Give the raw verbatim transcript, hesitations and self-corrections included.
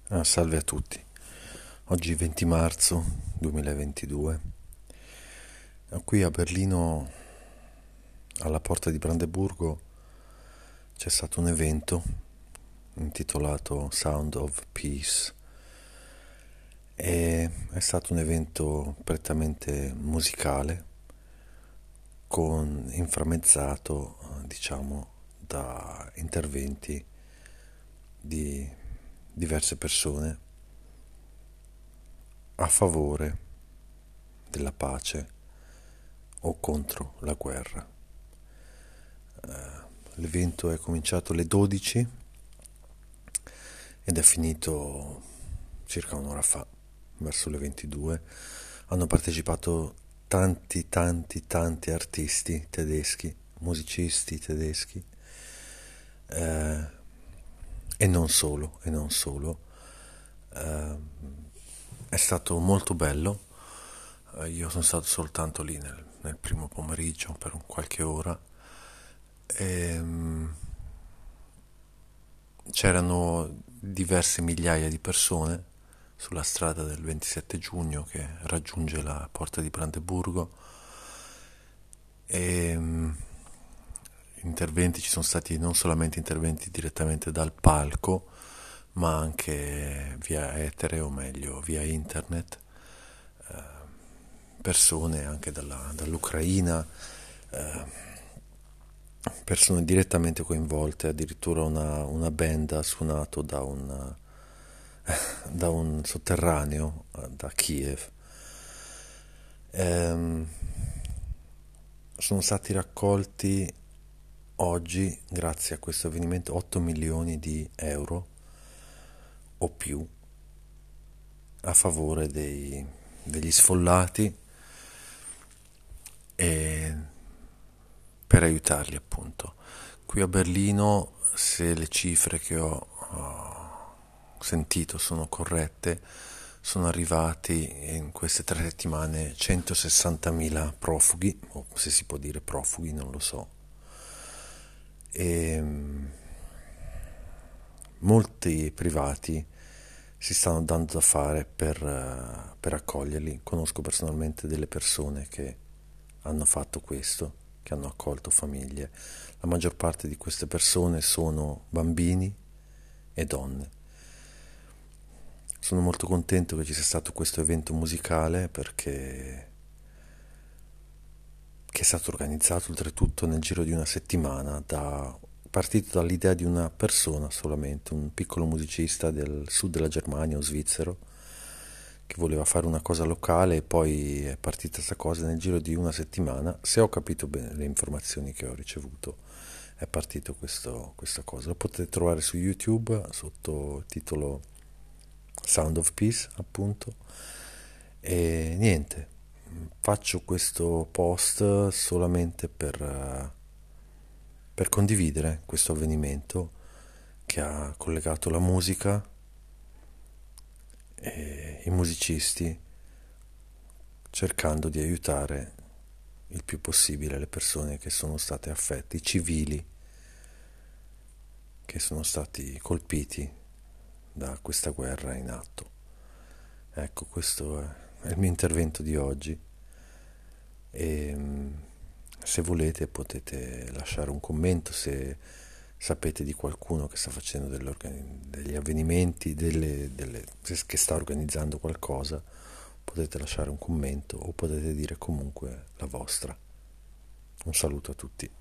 Ah, salve a tutti. Oggi venti marzo duemilaventidue. Eh, Qui a Berlino, alla porta di Brandeburgo, c'è stato un evento intitolato Sound of Peace. E è stato un evento prettamente musicale, con inframmezzato, eh, diciamo, da interventi di diverse persone a favore della pace o contro la guerra. L'evento è cominciato alle dodici ed è finito circa un'ora fa, verso le ventidue. Hanno partecipato tanti, tanti, tanti artisti tedeschi, musicisti tedeschi, eh, e non solo, e non solo. Eh, è stato molto bello. Eh, io sono stato soltanto lì nel, nel primo pomeriggio per un qualche ora. Ehm, C'erano diverse migliaia di persone sulla strada del ventisette giugno che raggiunge la porta di Brandeburgo e mm, interventi ci sono stati, non solamente interventi direttamente dal palco, ma anche via etere, o meglio via internet, persone anche dalla- dall'Ucraina, eh, persone direttamente coinvolte, addirittura una, una band ha suonato da un, da un sotterraneo, eh, da Kiev. Ehm, sono stati raccolti oggi, grazie a questo avvenimento, otto milioni di euro o più a favore dei- degli sfollati e per aiutarli, appunto. Qui a Berlino, se le cifre che ho uh, sentito sono corrette, sono arrivati in queste tre settimane centosessantamila profughi, o se si può dire profughi, non lo so. E mm, molti privati si stanno dando da fare per, eh, per accoglierli. Conosco personalmente delle persone che hanno fatto questo, che hanno accolto famiglie. La maggior parte di queste persone sono bambini e donne. Sono molto contento che ci sia stato questo evento musicale perché che è stato organizzato oltretutto nel giro di una settimana, da, partito dall'idea di una persona solamente, un piccolo musicista del sud della Germania o svizzero, che voleva fare una cosa locale e poi è partita questa cosa nel giro di una settimana. Se ho capito bene le informazioni che ho ricevuto, è partito questo, questa cosa. Lo potete trovare su YouTube sotto il titolo Sound of Peace, appunto. E niente, faccio questo post solamente per, eh, per condividere questo avvenimento che ha collegato la musica e i musicisti, cercando di aiutare il più possibile le persone che sono state affette, i civili che sono stati colpiti da questa guerra in atto. Ecco, questo è è il mio intervento di oggi e mm, se volete potete lasciare un commento, se sapete di qualcuno che sta facendo delle organi- degli avvenimenti, delle, delle- che sta organizzando qualcosa, potete lasciare un commento o potete dire comunque la vostra. Un saluto a tutti.